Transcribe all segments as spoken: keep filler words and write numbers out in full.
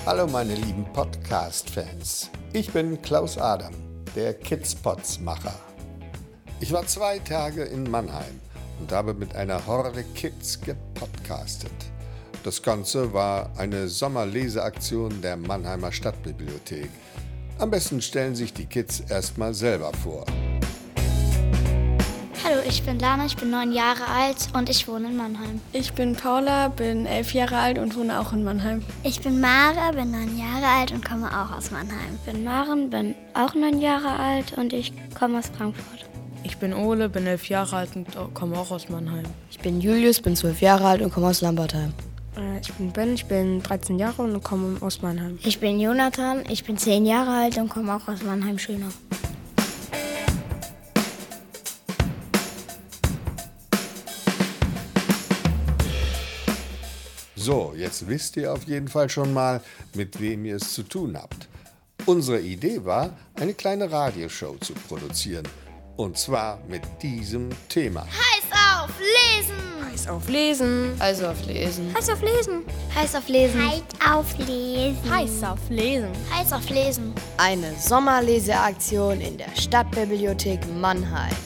Hallo meine lieben Podcast-Fans. Ich bin Klaus Adam, der Kidspods-Macher. Ich war zwei Tage in Mannheim und habe mit einer Horde Kids gepodcastet. Das Ganze war eine Sommerleseaktion der Mannheimer Stadtbibliothek. Am besten stellen sich die Kids erstmal selber vor. Hallo, ich bin Lana, ich bin neun Jahre alt und ich wohne in Mannheim. Ich bin Paula, bin elf Jahre alt und wohne auch in Mannheim. Ich bin Mara, bin neun Jahre alt und komme auch aus Mannheim. Ich bin Maren, bin auch neun Jahre alt und ich komme aus Frankfurt. Ich bin Ole, bin elf Jahre alt und komme auch aus Mannheim. Ich bin Julius, bin zwölf Jahre alt und komme aus Lambertheim. Ich bin Ben, ich bin dreizehn Jahre und komme aus Mannheim. Ich bin Jonathan, ich bin zehn Jahre alt und komme auch aus Mannheim-Schönau. So, jetzt wisst ihr auf jeden Fall schon mal, mit wem ihr es zu tun habt. Unsere Idee war, eine kleine Radioshow zu produzieren. Und zwar mit diesem Thema. Heiß auf Lesen! Heiß auf Lesen! Heiß auf Lesen! Heiß auf Lesen! Heiß auf Lesen! Heiß auf Lesen! Heiß auf Lesen! Heiß auf Lesen! Eine Sommerleseaktion in der Stadtbibliothek Mannheim.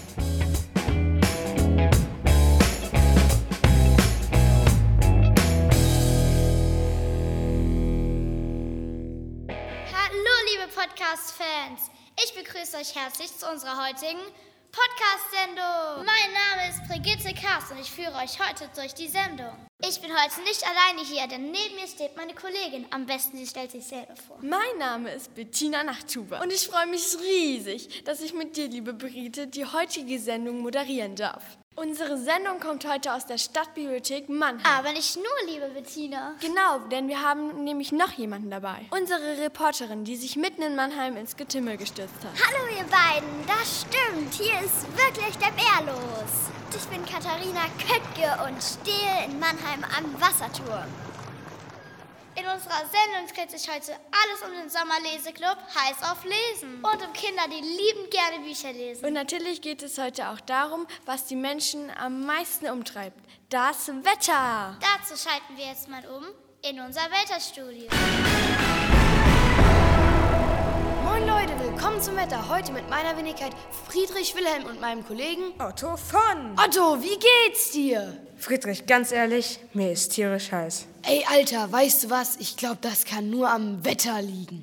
Podcast-Fans, ich begrüße euch herzlich zu unserer heutigen Podcast-Sendung. Mein Name ist Brigitte Kast und ich führe euch heute durch die Sendung. Ich bin heute nicht alleine hier, denn neben mir steht meine Kollegin. Am besten, sie stellt sich selber vor. Mein Name ist Bettina Nachthuber und ich freue mich riesig, dass ich mit dir, liebe Brigitte, die heutige Sendung moderieren darf. Unsere Sendung kommt heute aus der Stadtbibliothek Mannheim. Aber nicht nur, liebe Bettina. Genau, denn wir haben nämlich noch jemanden dabei. Unsere Reporterin, die sich mitten in Mannheim ins Getümmel gestürzt hat. Hallo ihr beiden, das stimmt. Hier ist wirklich der Bär los. Ich bin Katharina Köttke und stehe in Mannheim am Wasserturm. In unserer Sendung dreht sich heute alles um den Sommerleseklub Heiß auf Lesen und um Kinder, die liebend gerne Bücher lesen. Und natürlich geht es heute auch darum, was die Menschen am meisten umtreibt. Das Wetter. Dazu schalten wir jetzt mal um in unser Wetterstudio. Moin Leute, willkommen zum Wetter. Heute mit meiner Wenigkeit Friedrich Wilhelm und meinem Kollegen Otto von. Otto, wie geht's dir? Friedrich, ganz ehrlich, mir ist tierisch heiß. Ey, Alter, weißt du was? Ich glaube, das kann nur am Wetter liegen.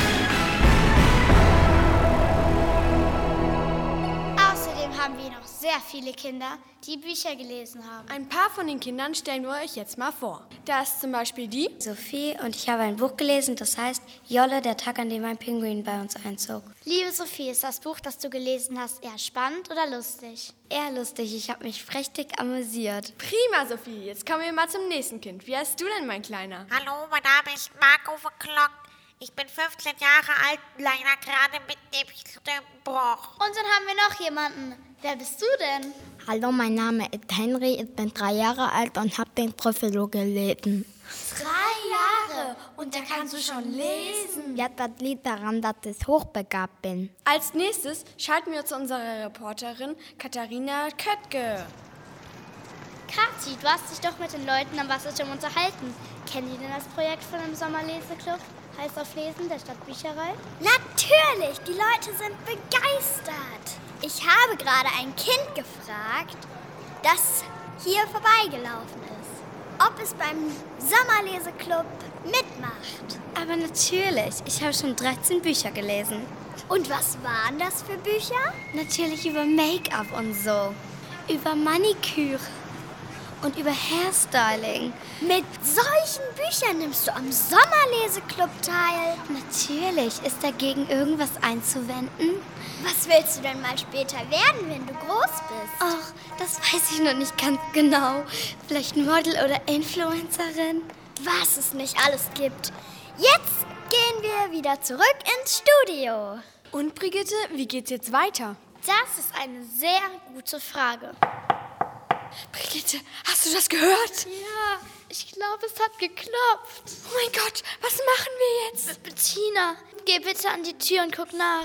Außerdem haben wir noch sehr viele Kinder, die Bücher gelesen haben. Ein paar von den Kindern stellen wir euch jetzt mal vor. Da ist zum Beispiel die Sophie und ich habe ein Buch gelesen, das heißt Jolle, der Tag, an dem ein Pinguin bei uns einzog. Liebe Sophie, ist das Buch, das du gelesen hast, eher spannend oder lustig? Eher lustig, ich habe mich prächtig amüsiert. Prima, Sophie. Jetzt kommen wir mal zum nächsten Kind. Wie heißt du denn, mein Kleiner? Hallo, mein Name ist Marco Verklock. Ich bin fünfzehn Jahre alt, leider gerade mit dem Stimmbruch. Und dann haben wir noch jemanden. Wer bist du denn? Hallo, mein Name ist Henry, ich bin drei Jahre alt und habe den Trüffelo gelesen. Drei Jahre? Und da kannst du schon lesen? Ja, das liegt daran, dass ich hochbegabt bin. Als nächstes schalten wir zu unserer Reporterin Katharina Köttke. Kathi, du hast dich doch mit den Leuten am Wasserturm unterhalten. Kennen die denn das Projekt von dem Sommerleseklub Heiß auf Lesen der Stadtbücherei? Natürlich, die Leute sind begeistert. Ich habe gerade ein Kind gefragt, das hier vorbeigelaufen ist, ob es beim Sommerleseklub mitmacht. Aber natürlich, ich habe schon dreizehn Bücher gelesen. Und was waren das für Bücher? Natürlich über Make-up und so, über Maniküre und über Hairstyling. Mit solchen Büchern nimmst du am Sommerleseklub teil? Natürlich, ist dagegen irgendwas einzuwenden? Was willst du denn mal später werden, wenn du groß bist? Ach, das weiß ich noch nicht ganz genau. Vielleicht Model oder Influencerin? Was es nicht alles gibt. Jetzt gehen wir wieder zurück ins Studio. Und Brigitte, wie geht's jetzt weiter? Das ist eine sehr gute Frage. Brigitte, hast du das gehört? Ja, ich glaube, es hat geklopft. Oh mein Gott, was machen wir jetzt? B- Bettina, geh bitte an die Tür und guck nach.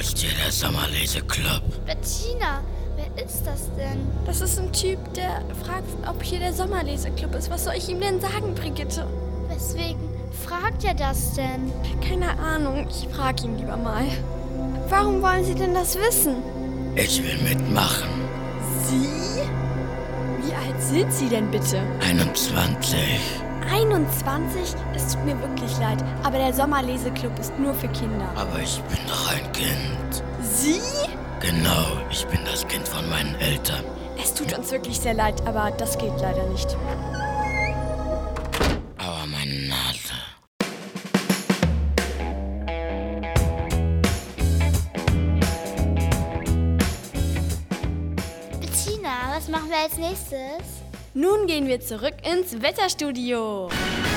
ist hier der Sommerleseclub. Bettina, wer ist das denn? Das ist ein Typ, der fragt, ob hier der Sommerleseclub ist. Was soll ich ihm denn sagen, Brigitte? Weswegen fragt er das denn? Keine Ahnung, ich frage ihn lieber mal. Warum wollen Sie denn das wissen? Ich will mitmachen. Sie? Wie alt sind Sie denn bitte? einundzwanzig. einundzwanzig? Es tut mir wirklich leid, aber der Sommerleseclub ist nur für Kinder. Aber ich bin doch ein Kind. Sie? Genau, ich bin das Kind von meinen Eltern. Es tut uns wirklich sehr leid, aber das geht leider nicht. Aua, meine Nase. Bettina, was machen wir als nächstes? Nun gehen wir zurück ins Wetterstudio.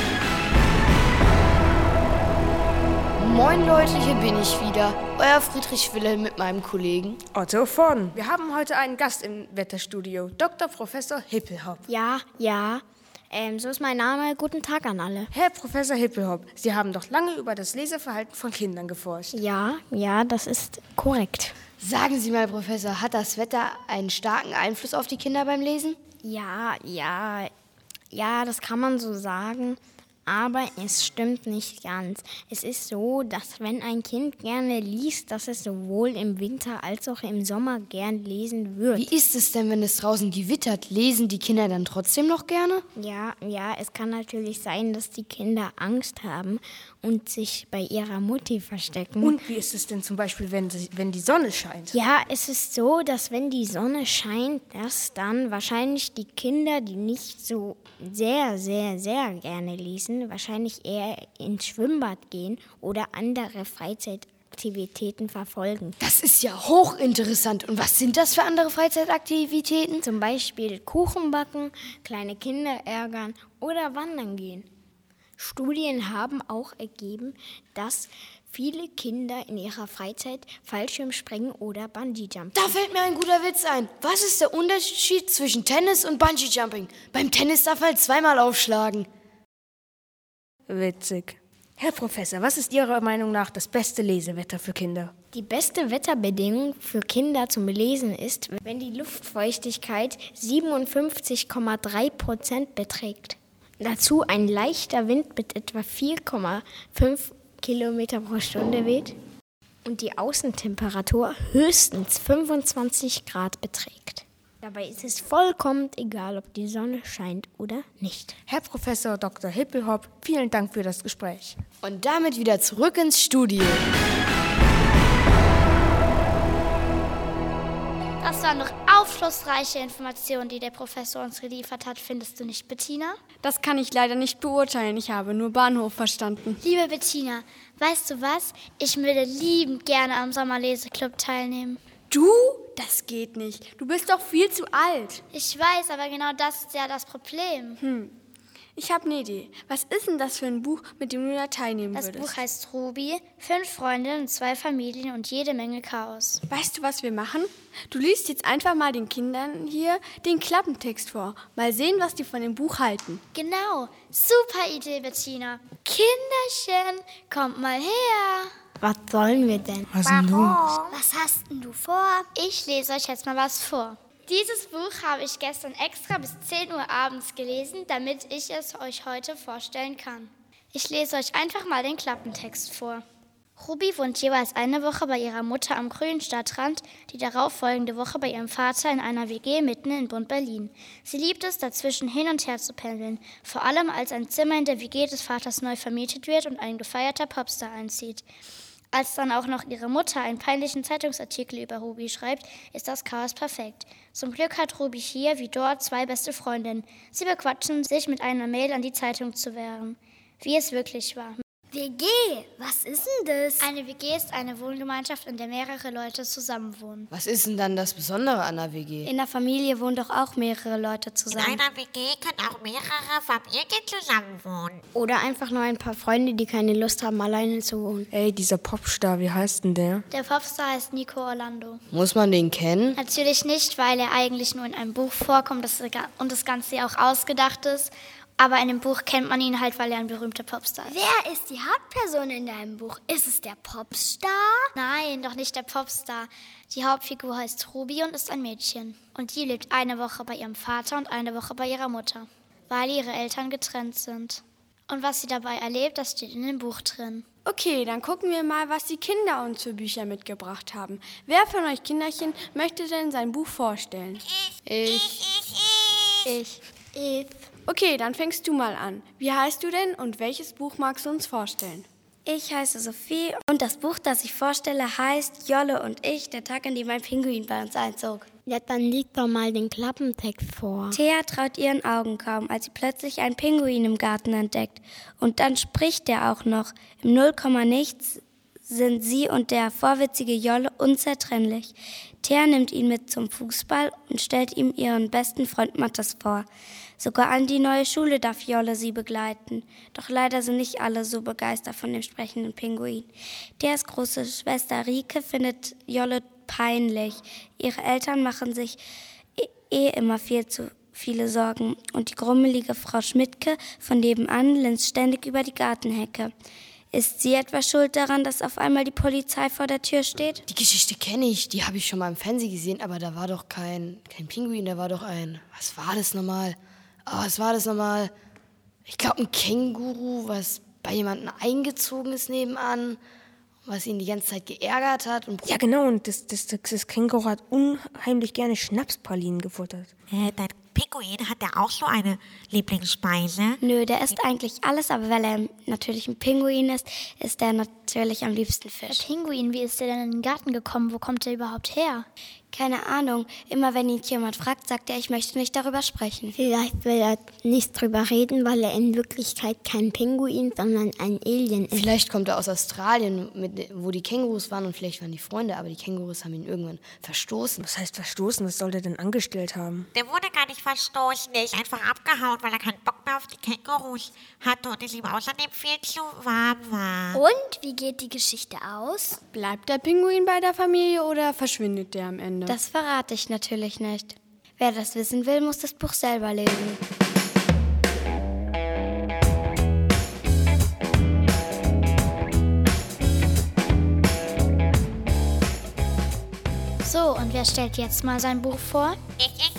Moin Leute, hier bin ich wieder. Euer Friedrich Wilhelm mit meinem Kollegen Otto von. Wir haben heute einen Gast im Wetterstudio, Doktor Professor Hippelhoff. Ja, ja. Ähm, so ist mein Name. Guten Tag an alle. Herr Professor Hippelhoff, Sie haben doch lange über das Leseverhalten von Kindern geforscht. Ja, ja, das ist korrekt. Sagen Sie mal, Professor, hat das Wetter einen starken Einfluss auf die Kinder beim Lesen? Ja, ja, ja, das kann man so sagen. Aber es stimmt nicht ganz. Es ist so, dass wenn ein Kind gerne liest, dass es sowohl im Winter als auch im Sommer gern lesen wird. Wie ist es denn, wenn es draußen gewittert? Lesen die Kinder dann trotzdem noch gerne? Ja, ja, es kann natürlich sein, dass die Kinder Angst haben und sich bei ihrer Mutti verstecken. Und wie ist es denn zum Beispiel, wenn, sie, wenn die Sonne scheint? Ja, es ist so, dass wenn die Sonne scheint, dass dann wahrscheinlich die Kinder, die nicht so sehr, sehr, sehr gerne lesen, wahrscheinlich eher ins Schwimmbad gehen oder andere Freizeitaktivitäten verfolgen. Das ist ja hochinteressant. Und was sind das für andere Freizeitaktivitäten? Zum Beispiel Kuchen backen, kleine Kinder ärgern oder wandern gehen. Studien haben auch ergeben, dass viele Kinder in ihrer Freizeit Fallschirmspringen oder Bungee-Jumpen. Da fällt mir ein guter Witz ein. Was ist der Unterschied zwischen Tennis und Bungee-Jumping? Beim Tennis darf man zweimal aufschlagen. Witzig. Herr Professor, was ist Ihrer Meinung nach das beste Lesewetter für Kinder? Die beste Wetterbedingung für Kinder zum Lesen ist, wenn die Luftfeuchtigkeit siebenundfünfzig Komma drei Prozent beträgt. Dazu ein leichter Wind mit etwa vier Komma fünf Kilometer pro Stunde weht und die Außentemperatur höchstens fünfundzwanzig Grad beträgt. Dabei ist es vollkommen egal, ob die Sonne scheint oder nicht. Herr Professor Doktor Hippelhoff, vielen Dank für das Gespräch. Und damit wieder zurück ins Studio. Das waren doch aufschlussreiche Informationen, die der Professor uns geliefert hat. Findest du nicht, Bettina? Das kann ich leider nicht beurteilen. Ich habe nur Bahnhof verstanden. Liebe Bettina, weißt du was? Ich würde liebend gerne am Sommerleseclub teilnehmen. Du? Das geht nicht. Du bist doch viel zu alt. Ich weiß, aber genau das ist ja das Problem. Hm. Ich habe eine Idee. Was ist denn das für ein Buch, mit dem du da teilnehmen das würdest? Das Buch heißt Ruby, fünf Freundinnen und zwei Familien und jede Menge Chaos. Weißt du, was wir machen? Du liest jetzt einfach mal den Kindern hier den Klappentext vor. Mal sehen, was die von dem Buch halten. Genau. Super Idee, Bettina. Kinderchen, kommt mal her. Was sollen wir denn? Was denn los? Was hast denn du vor? Ich lese euch jetzt mal was vor. Dieses Buch habe ich gestern extra bis zehn Uhr abends gelesen, damit ich es euch heute vorstellen kann. Ich lese euch einfach mal den Klappentext vor. Ruby wohnt jeweils eine Woche bei ihrer Mutter am grünen Stadtrand, die darauffolgende Woche bei ihrem Vater in einer W G mitten in Bund-Berlin. Sie liebt es, dazwischen hin und her zu pendeln, vor allem als ein Zimmer in der W G des Vaters neu vermietet wird und ein gefeierter Popstar einzieht. Als dann auch noch ihre Mutter einen peinlichen Zeitungsartikel über Ruby schreibt, ist das Chaos perfekt. Zum Glück hat Ruby hier wie dort zwei beste Freundinnen. Sie bequatschen sich mit einer Mail an die Zeitung zu wehren, wie es wirklich war. W G, was ist denn das? Eine W G ist eine Wohngemeinschaft, in der mehrere Leute zusammenwohnen. Was ist denn dann das Besondere an der W G? In der Familie wohnen doch auch mehrere Leute zusammen. In einer W G können auch mehrere Familien zusammenwohnen. Oder einfach nur ein paar Freunde, die keine Lust haben, alleine zu wohnen. Ey, dieser Popstar, wie heißt denn der? Der Popstar heißt Nico Orlando. Muss man den kennen? Natürlich nicht, weil er eigentlich nur in einem Buch vorkommt und das Ganze auch ausgedacht ist. Aber in dem Buch kennt man ihn halt, weil er ein berühmter Popstar ist. Wer ist die Hauptperson in deinem Buch? Ist es der Popstar? Nein, doch nicht der Popstar. Die Hauptfigur heißt Ruby und ist ein Mädchen. Und die lebt eine Woche bei ihrem Vater und eine Woche bei ihrer Mutter, weil ihre Eltern getrennt sind. Und was sie dabei erlebt, das steht in dem Buch drin. Okay, dann gucken wir mal, was die Kinder uns für Bücher mitgebracht haben. Wer von euch Kinderchen möchte denn sein Buch vorstellen? Ich. Ich. Ich. Ich. Okay, dann fängst du mal an. Wie heißt du denn und welches Buch magst du uns vorstellen? Ich heiße Sophie und das Buch, das ich vorstelle, heißt Jolle und ich, der Tag, an dem ein Pinguin bei uns einzog. Ja, dann lies doch mal den Klappentext vor. Thea traut ihren Augen kaum, als sie plötzlich einen Pinguin im Garten entdeckt. Und dann spricht er auch noch. Im Nullkomma nichts sind sie und der vorwitzige Jolle unzertrennlich. Thea nimmt ihn mit zum Fußball und stellt ihm ihren besten Freund Mathis vor. Sogar an die neue Schule darf Jolle sie begleiten. Doch leider sind nicht alle so begeistert von dem sprechenden Pinguin. Theas große Schwester Rike findet Jolle peinlich. Ihre Eltern machen sich eh immer viel zu viele Sorgen. Und die grummelige Frau Schmidtke von nebenan linst ständig über die Gartenhecke. Ist sie etwa schuld daran, dass auf einmal die Polizei vor der Tür steht? Die Geschichte kenne ich, die habe ich schon mal im Fernsehen gesehen, aber da war doch kein, kein Pinguin, da war doch ein, was war das nochmal? Oh, was war das nochmal? Ich glaube ein Känguru, was bei jemandem eingezogen ist nebenan, was ihn die ganze Zeit geärgert hat. Und ja genau, und das, das, das Känguru hat unheimlich gerne Schnapspralinen gefuttert. Äh, dein Pinguin, hat der auch so eine Lieblingsspeise? Nö, der isst eigentlich alles, aber weil er natürlich ein Pinguin ist, isst er natürlich am liebsten Fisch. Der Pinguin, wie ist der denn in den Garten gekommen? Wo kommt der überhaupt her? Keine Ahnung. Immer wenn ihn jemand fragt, sagt er, ich möchte nicht darüber sprechen. Vielleicht will er nicht drüber reden, weil er in Wirklichkeit kein Pinguin, sondern ein Alien ist. Vielleicht kommt er aus Australien, mit, wo die Kängurus waren und vielleicht waren die Freunde, aber die Kängurus haben ihn irgendwann verstoßen. Was heißt verstoßen? Was soll der denn angestellt haben? Der wurde gar nicht verstoßen, der ist einfach abgehauen, weil er keinen Bock mehr auf die Kängurus hatte und es ihm außerdem viel zu warm war. Und wie geht die Geschichte aus? Bleibt der Pinguin bei der Familie oder verschwindet der am Ende? Das verrate ich natürlich nicht. Wer das wissen will, muss das Buch selber lesen. So, und wer stellt jetzt mal sein Buch vor? Ich, ich,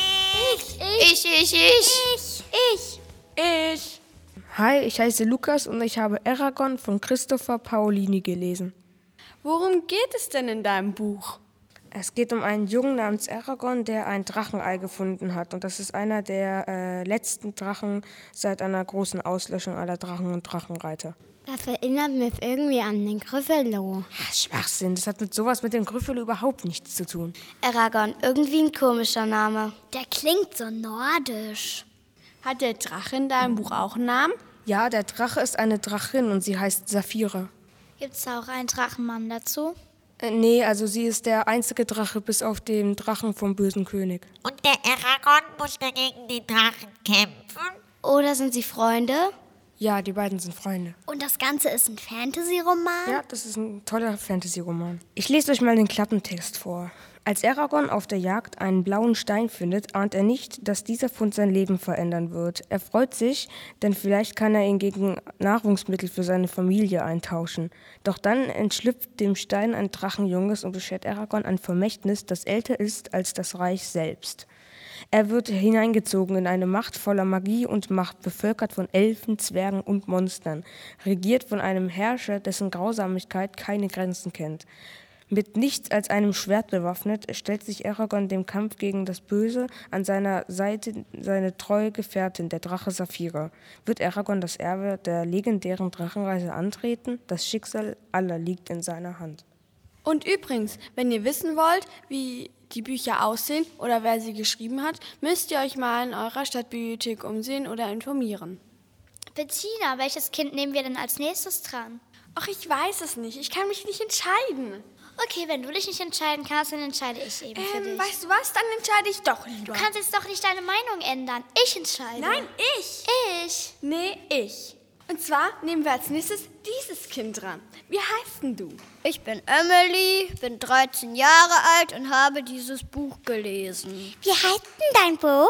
ich. Ich, ich, ich. Ich. Ich. Ich. Hi, ich heiße Lukas und ich habe Eragon von Christopher Paolini gelesen. Worum geht es denn in deinem Buch? Es geht um einen Jungen namens Eragon, der ein Drachenei gefunden hat. Und das ist einer der äh, letzten Drachen seit einer großen Auslöschung aller Drachen und Drachenreiter. Das erinnert mich irgendwie an den Gryffalo. Ach, Schwachsinn, das hat mit sowas mit dem Gryffalo überhaupt nichts zu tun. Eragon, irgendwie ein komischer Name. Der klingt so nordisch. Hat der Drache in deinem Buch auch einen Namen? Ja, der Drache ist eine Drachin und sie heißt Saphira. Gibt's da auch einen Drachenmann dazu? Äh, nee, also sie ist der einzige Drache bis auf den Drachen vom bösen König. Und der Eragon muss dagegen den Drachen kämpfen? Oder sind sie Freunde? Ja, die beiden sind Freunde. Und das Ganze ist ein Fantasy-Roman? Ja, das ist ein toller Fantasy-Roman. Ich lese euch mal den Klappentext vor. Als Eragon auf der Jagd einen blauen Stein findet, ahnt er nicht, dass dieser Fund sein Leben verändern wird. Er freut sich, denn vielleicht kann er ihn gegen Nahrungsmittel für seine Familie eintauschen. Doch dann entschlüpft dem Stein ein Drachenjunges und beschert Eragon ein Vermächtnis, das älter ist als das Reich selbst. Er wird hineingezogen in eine Macht voller Magie und Macht, bevölkert von Elfen, Zwergen und Monstern, regiert von einem Herrscher, dessen Grausamkeit keine Grenzen kennt. Mit nichts als einem Schwert bewaffnet, stellt sich Eragon dem Kampf gegen das Böse, an seiner Seite seine treue Gefährtin, der Drache Saphira. Wird Eragon das Erbe der legendären Drachenreise antreten? Das Schicksal aller liegt in seiner Hand. Und übrigens, wenn ihr wissen wollt, wie die Bücher aussehen oder wer sie geschrieben hat, müsst ihr euch mal in eurer Stadtbibliothek umsehen oder informieren. Bettina, welches Kind nehmen wir denn als nächstes dran? Ach, ich weiß es nicht. Ich kann mich nicht entscheiden. Okay, wenn du dich nicht entscheiden kannst, dann entscheide ich eben für Ähm, dich. weißt du was? Dann entscheide ich doch lieber. Du kannst jetzt doch nicht deine Meinung ändern. Ich entscheide. Nein, ich. Ich. Nee, ich. Und zwar nehmen wir als nächstes dieses Kind dran. Wie heißt denn du? Ich bin Emily, bin dreizehn Jahre alt und habe dieses Buch gelesen. Wie heißt denn dein Buch?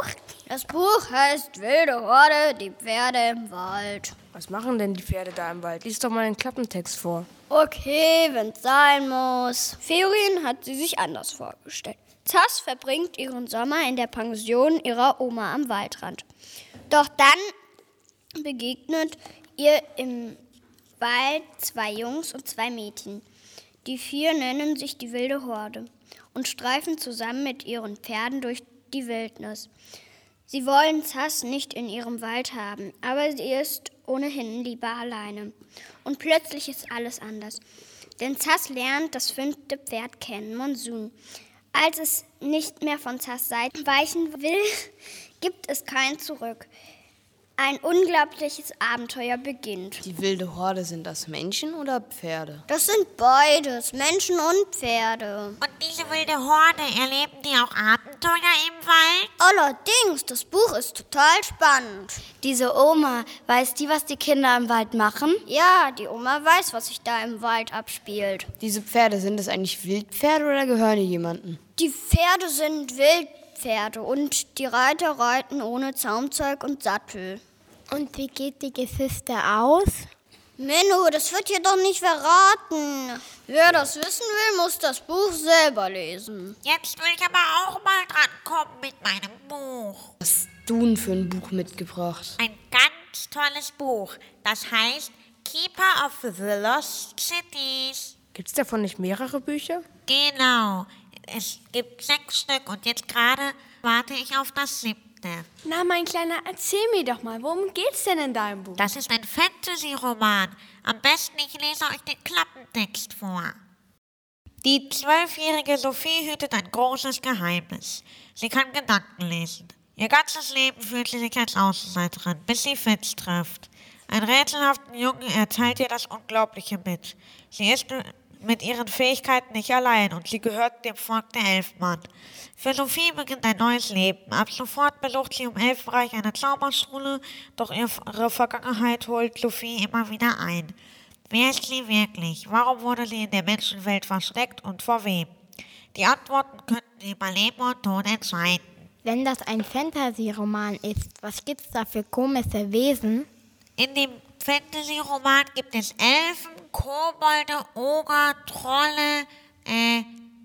Das Buch heißt Wilde Horde, die Pferde im Wald. Was machen denn die Pferde da im Wald? Lies doch mal den Klappentext vor. Okay, wenn's sein muss. Fiorin hat sie sich anders vorgestellt. Zaz verbringt ihren Sommer in der Pension ihrer Oma am Waldrand. Doch dann begegnet ihr im Wald zwei Jungs und zwei Mädchen. Die vier nennen sich die Wilde Horde und streifen zusammen mit ihren Pferden durch die Wildnis. Sie wollen Zaz nicht in ihrem Wald haben, aber sie ist ohnehin lieber alleine. Und plötzlich ist alles anders. Denn Zaz lernt das fünfte Pferd kennen, Monsun. Als es nicht mehr von Zaz Seite weichen will, gibt es kein Zurück. Ein unglaubliches Abenteuer beginnt. Die Wilde Horde, sind das Menschen oder Pferde? Das sind beides, Menschen und Pferde. Und diese wilde Horde, erleben die auch Abenteuer im Wald? Allerdings, das Buch ist total spannend. Diese Oma, weiß die, was die Kinder im Wald machen? Ja, die Oma weiß, was sich da im Wald abspielt. Diese Pferde, sind das eigentlich Wildpferde oder gehören die jemandem? Die Pferde sind Wildpferde und die Reiter reiten ohne Zaumzeug und Sattel. Und wie geht die Geschichte aus? Menno, das wird hier doch nicht verraten. Wer das wissen will, muss das Buch selber lesen. Jetzt will ich aber auch mal drankommen mit meinem Buch. Was hast du denn für ein Buch mitgebracht? Ein ganz tolles Buch. Das heißt Keeper of the Lost Cities. Gibt's davon nicht mehrere Bücher? Genau. Es gibt sechs Stück und jetzt gerade warte ich auf das siebte. Na, mein Kleiner, erzähl mir doch mal, worum geht's denn in deinem Buch? Das ist ein Fantasy-Roman. Am besten, ich lese euch den Klappentext vor. Die zwölfjährige Sophie hütet ein großes Geheimnis. Sie kann Gedanken lesen. Ihr ganzes Leben fühlt sie sich als Außenseiterin, bis sie Fitz trifft. Ein rätselhaften Jungen erteilt ihr das Unglaubliche mit. Sie ist mit ihren Fähigkeiten nicht allein und sie gehört dem Volk der Elfmann. Für Sophie beginnt ein neues Leben. Ab sofort besucht sie im Elfenreich eine Zauberschule, doch ihre Vergangenheit holt Sophie immer wieder ein. Wer ist sie wirklich? Warum wurde sie in der Menschenwelt versteckt und vor wem? Die Antworten könnten sie bei Leben und Tod entscheiden. Wenn das ein Fantasy-Roman ist, was gibt's da für komische Wesen? In dem Fantasy-Roman gibt es Elfen, Kobolde, Oger, Trolle, äh,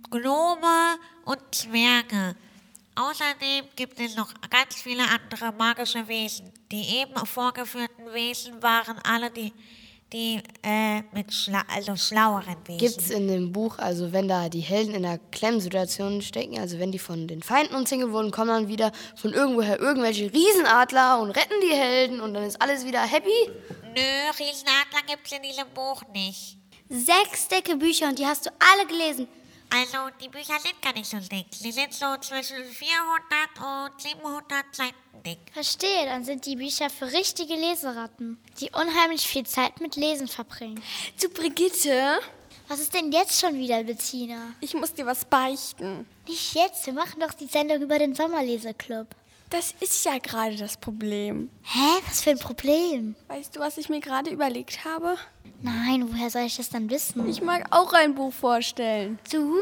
Gnome und Zwerge. Außerdem gibt es noch ganz viele andere magische Wesen. Die eben vorgeführten Wesen waren alle die, die äh, mit schla also schlaueren Wesen. Gibt's in dem Buch, also wenn da die Helden in einer Klemmsituation stecken, also wenn die von den Feinden umzingelt wurden, kommen dann wieder von irgendwoher irgendwelche Riesenadler und retten die Helden und dann ist alles wieder happy? Nö, Riesenadler gibt's in diesem Buch nicht. Sechs dicke Bücher und die hast du alle gelesen. Also, die Bücher sind gar nicht so dick. Sie sind so zwischen vierhundert und siebenhundert Seiten dick. Verstehe, dann sind die Bücher für richtige Leseratten, die unheimlich viel Zeit mit Lesen verbringen. Zu Brigitte, Was ist denn jetzt schon wieder, Bettina? ich muss dir was beichten. Nicht jetzt, wir machen doch die Sendung über den Sommerleserclub. Das ist ja gerade das Problem. Hä, was für ein Problem? Weißt du, was ich mir gerade überlegt habe? Nein, woher soll ich das dann wissen? Ich mag auch ein Buch vorstellen. Du?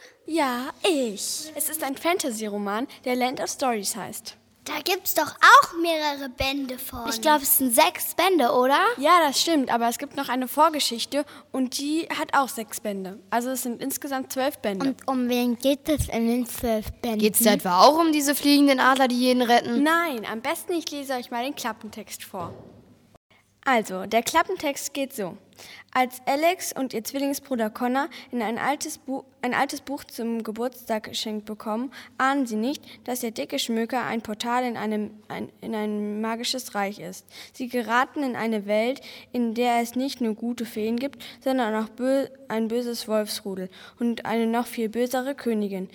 Ja, ich. Es ist ein Fantasy-Roman, der Land of Stories heißt. Da gibt's doch auch mehrere Bände von. Ich glaube, es sind sechs Bände, oder? Ja, das stimmt, aber es gibt noch eine Vorgeschichte und die hat auch sechs Bände. Also es sind insgesamt zwölf Bände. Und um wen geht es in den zwölf Bänden? Geht's da etwa auch um diese fliegenden Adler, die jeden retten? Nein, am besten ich lese euch mal den Klappentext vor. Also, der Klappentext geht so. Als Alex und ihr Zwillingsbruder Connor in ein altes, Bu- ein altes Buch zum Geburtstag geschenkt bekommen, ahnen sie nicht, dass der dicke Schmöker ein Portal in, einem, ein, in ein magisches Reich ist. Sie geraten in eine Welt, in der es nicht nur gute Feen gibt, sondern auch bö- ein böses Wolfsrudel und eine noch viel bösere Königin,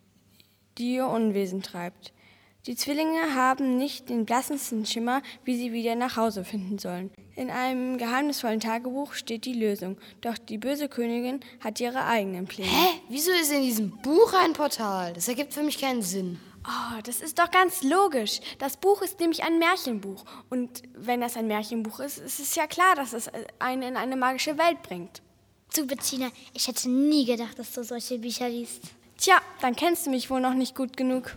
die ihr Unwesen treibt. Die Zwillinge haben nicht den blassesten Schimmer, wie sie wieder nach Hause finden sollen. In einem geheimnisvollen Tagebuch steht die Lösung, doch die böse Königin hat ihre eigenen Pläne. Hä? Wieso ist in diesem Buch ein Portal? Das ergibt für mich keinen Sinn. Oh, das ist doch ganz logisch. Das Buch ist nämlich ein Märchenbuch. Und wenn das ein Märchenbuch ist, ist es ja klar, dass es einen in eine magische Welt bringt. Du, Bettina, ich hätte nie gedacht, dass du solche Bücher liest. Tja, dann kennst du mich wohl noch nicht gut genug.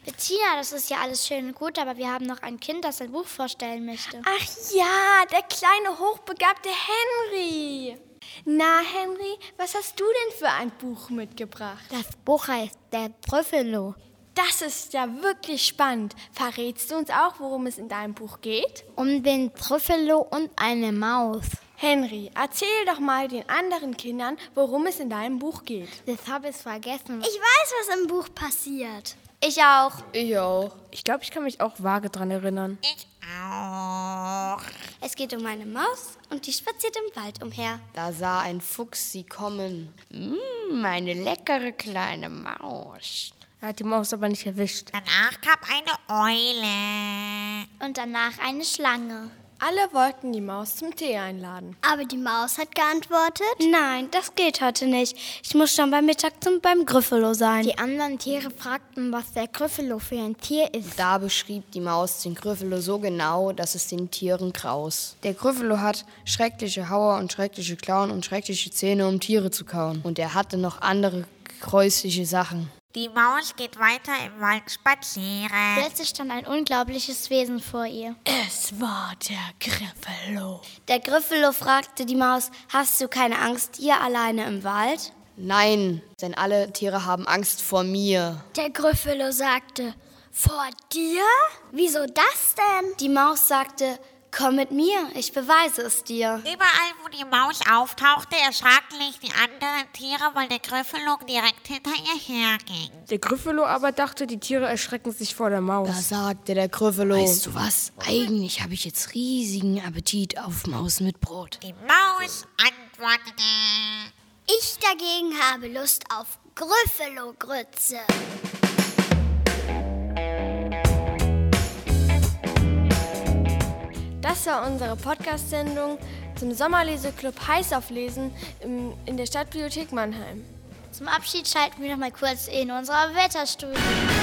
Bettina, das ist ja alles schön und gut, aber wir haben noch ein Kind, das ein Buch vorstellen möchte. Ach ja, der kleine, hochbegabte Henry. Na, Henry, was hast du denn für ein Buch mitgebracht? Das Buch heißt Der Trüffelo. Das ist ja wirklich spannend. Verrätst du uns auch, worum es in deinem Buch geht? Um den Trüffelo und eine Maus. Henry, erzähl doch mal den anderen Kindern, worum es in deinem Buch geht. Das habe ich vergessen. Ich weiß, was im Buch passiert. Ich auch. Ich auch. Ich glaube, ich kann mich auch vage dran erinnern. Ich auch. Es geht um eine Maus und die spaziert im Wald umher. Da sah ein Fuchs sie kommen. Mmm, eine leckere kleine Maus. Er hat die Maus aber nicht erwischt. Danach kam eine Eule. Und danach eine Schlange. Alle wollten die Maus zum Tee einladen. Aber die Maus hat geantwortet: Nein, das geht heute nicht. Ich muss schon beim Mittag zum, beim Gryffalo sein. Die anderen Tiere fragten, was der Gryffalo für ein Tier ist. Da beschrieb die Maus den Gryffalo so genau, dass es den Tieren graus. Der Gryffalo hat schreckliche Hauer und schreckliche Klauen und schreckliche Zähne, um Tiere zu kauen. Und er hatte noch andere gräusliche Sachen. Die Maus geht weiter im Wald spazieren. Plötzlich stand ein unglaubliches Wesen vor ihr. Es war der Gryffalo. Der Gryffalo fragte die Maus, hast du keine Angst hier alleine im Wald? Nein, denn alle Tiere haben Angst vor mir. Der Gryffalo sagte: Vor dir? Wieso das denn? Die Maus sagte, komm mit mir, ich beweise es dir. Überall, wo die Maus auftauchte, erschraken sich die anderen Tiere, weil der Gryffalo direkt hinter ihr herging. Der Gryffalo aber dachte, die Tiere erschrecken sich vor der Maus. Da sagte der Gryffalo: Weißt du was? Eigentlich habe ich jetzt riesigen Appetit auf Maus mit Brot. Die Maus antwortete: Ich dagegen habe Lust auf Gryffalo-Grütze. Das war unsere Podcast-Sendung zum Sommerleseklub Heiß auf Lesen im, in der Stadtbibliothek Mannheim. Zum Abschied schalten wir noch mal kurz in unserer Wetterstudie.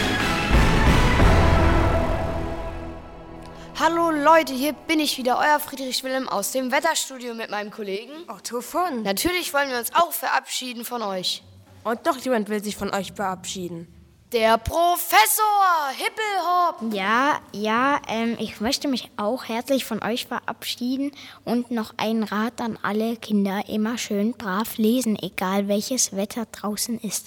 Hallo Leute, hier bin ich wieder, euer Friedrich Wilhelm aus dem Wetterstudio mit meinem Kollegen Otto von. Natürlich wollen wir uns auch verabschieden von euch. Und doch jemand will sich von euch verabschieden. Der Professor Hippelhopp. Ja, ja, ähm, ich möchte mich auch herzlich von euch verabschieden und noch einen Rat an alle Kinder: immer schön brav lesen, egal welches Wetter draußen ist.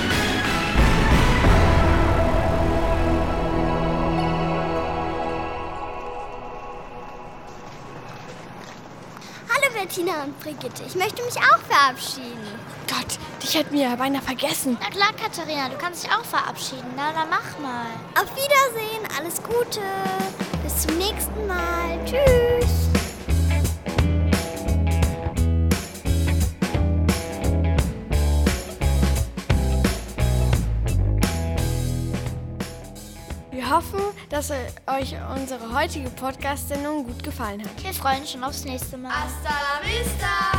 Hallo Bettina und Brigitte, ich möchte mich auch verabschieden. Gott, dich hätten wir ja beinahe vergessen. Na klar, Katharina, du kannst dich auch verabschieden. Na, dann mach mal. Auf Wiedersehen, alles Gute. Bis zum nächsten Mal. Tschüss. Wir hoffen, dass euch unsere heutige Podcast-Sendung gut gefallen hat. Wir freuen uns schon aufs nächste Mal. Hasta la vista.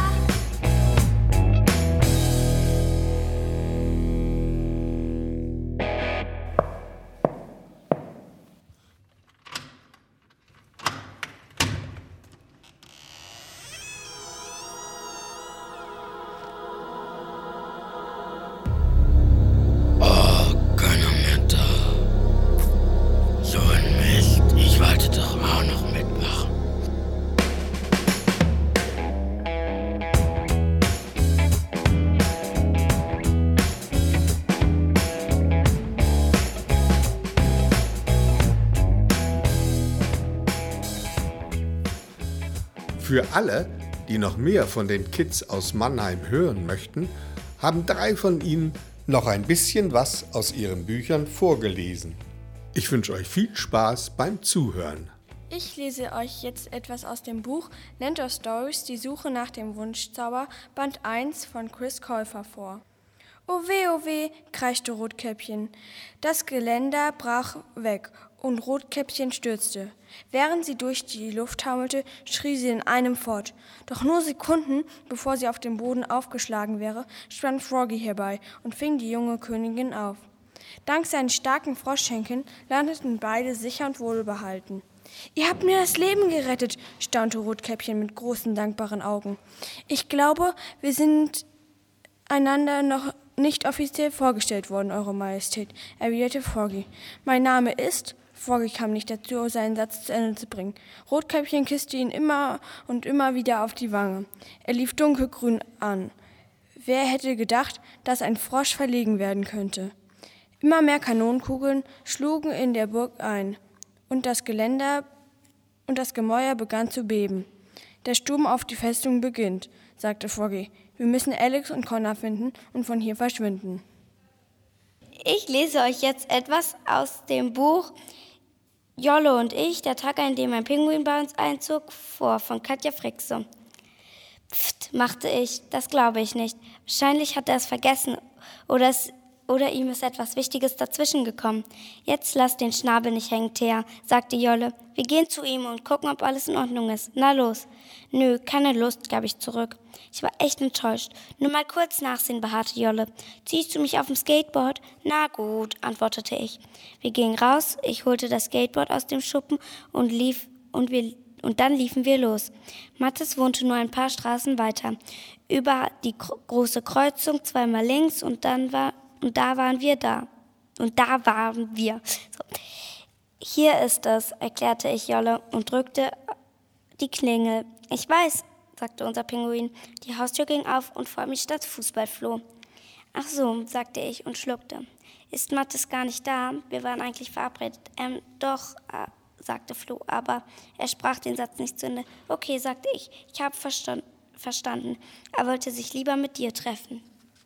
Für alle, die noch mehr von den Kids aus Mannheim hören möchten, haben drei von ihnen noch ein bisschen was aus ihren Büchern vorgelesen. Ich wünsche euch viel Spaß beim Zuhören. Ich lese euch jetzt etwas aus dem Buch Nennt Stories, die Suche nach dem Wunschzauber, Band eins von Chris Käufer vor. Oh weh, oh weh, kreischte Rotkäppchen. Das Geländer brach weg und Rotkäppchen stürzte. Während sie durch die Luft taumelte, schrie sie in einem fort. Doch nur Sekunden, bevor sie auf dem Boden aufgeschlagen wäre, sprang Froggy herbei und fing die junge Königin auf. Dank seinen starken Froschschenkeln landeten beide sicher und wohlbehalten. »Ihr habt mir das Leben gerettet«, staunte Rotkäppchen mit großen, dankbaren Augen. »Ich glaube, wir sind einander noch nicht offiziell vorgestellt worden, Eure Majestät, erwiderte Froggy. Mein Name ist... Froggy kam nicht dazu, seinen Satz zu Ende zu bringen. Rotkäppchen küsste ihn immer und immer wieder auf die Wange. Er lief dunkelgrün an. Wer hätte gedacht, dass ein Frosch verlegen werden könnte? Immer mehr Kanonenkugeln schlugen in der Burg ein, und das Geländer und das Gemäuer begann zu beben. Der Sturm auf die Festung beginnt, sagte Froggy. Wir müssen Alex und Connor finden und von hier verschwinden. Ich lese euch jetzt etwas aus dem Buch Jolle und ich, der Tag, an dem ein Pinguin bei uns einzog, vor, von Katja Frickse. Pft, machte ich, das glaube ich nicht. Wahrscheinlich hat er es vergessen oder, es, oder ihm ist etwas Wichtiges dazwischen gekommen. Jetzt lass den Schnabel nicht hängen, Thea, sagte Jolle. Wir gehen zu ihm und gucken, ob alles in Ordnung ist. Na los. Nö, keine Lust, gab ich zurück. Ich war echt enttäuscht. Nur mal kurz nachsehen, beharrte Jolle. Ziehst du mich auf dem Skateboard? Na gut, antwortete ich. Wir gingen raus, ich holte das Skateboard aus dem Schuppen und lief und wir und dann liefen wir los. Mathis wohnte nur ein paar Straßen weiter. Über die gro- große Kreuzung, zweimal links und dann war und da waren wir da. Und da waren wir. So. Hier ist es, erklärte ich Jolle und drückte die Klingel. Ich weiß, sagte unser Pinguin. Die Haustür ging auf und vor mir stand Fußballflo. Ach so, sagte ich und schluckte. Ist Mathis gar nicht da? Wir waren eigentlich verabredet. Ähm, doch, äh, sagte Flo, aber er sprach den Satz nicht zu Ende. Okay, sagte ich, ich habe verstand, verstanden. Er wollte sich lieber mit dir treffen.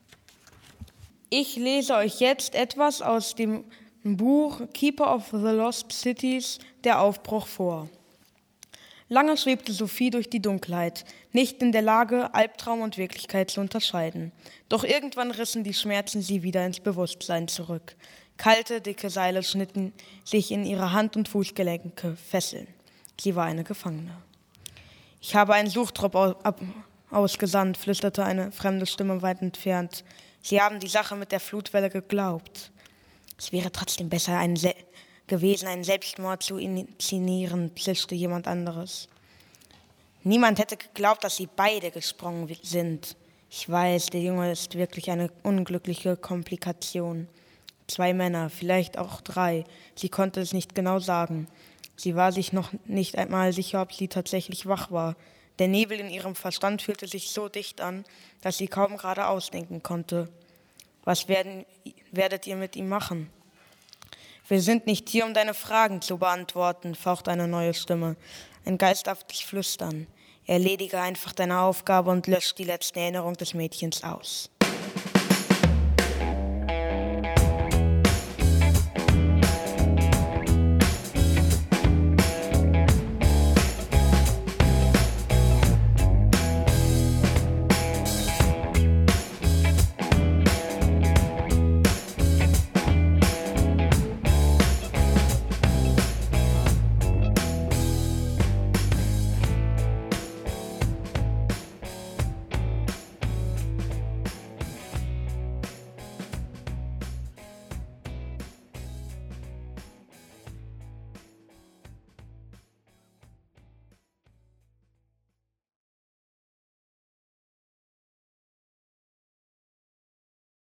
Ich lese euch jetzt etwas aus dem Buch Keeper of the Lost Cities, der Aufbruch vor. Lange schwebte Sophie durch die Dunkelheit, nicht in der Lage, Albtraum und Wirklichkeit zu unterscheiden. Doch irgendwann rissen die Schmerzen sie wieder ins Bewusstsein zurück. Kalte, dicke Seile schnitten sich in ihre Hand- und Fußgelenke Fesseln. Sie war eine Gefangene. Ich habe einen Suchtrupp ausgesandt, flüsterte eine fremde Stimme weit entfernt. Sie haben die Sache mit der Flutwelle geglaubt. Es wäre trotzdem besser ein Se- gewesen, einen Selbstmord zu inszenieren, zischte jemand anderes. Niemand hätte geglaubt, dass sie beide gesprungen sind. Ich weiß, der Junge ist wirklich eine unglückliche Komplikation. Zwei Männer, vielleicht auch drei. Sie konnte es nicht genau sagen. Sie war sich noch nicht einmal sicher, ob sie tatsächlich wach war. Der Nebel in ihrem Verstand fühlte sich so dicht an, dass sie kaum geradeaus denken konnte. Was werden, werdet ihr mit ihm machen? Wir sind nicht hier, um deine Fragen zu beantworten, fauchte eine neue Stimme. Ein geisterhaftes Flüstern. Erledige einfach deine Aufgabe und lösch die letzte Erinnerung des Mädchens aus.